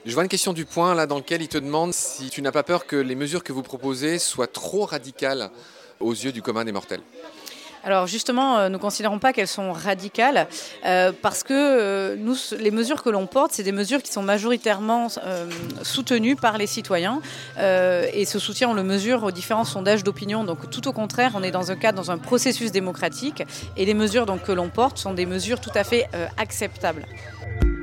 Je vois une question du Point là dans lequel il te demande si tu n'as pas peur que les mesures que vous proposez soient trop radicales aux yeux du commun des mortels. Alors justement, nous ne considérons pas qu'elles sont radicales parce que nous, les mesures que l'on porte, c'est des mesures qui sont majoritairement soutenues par les citoyens et ce soutien, on le mesure aux différents sondages d'opinion. Donc tout au contraire, on est dans un processus démocratique et les mesures donc, que l'on porte sont des mesures tout à fait acceptables.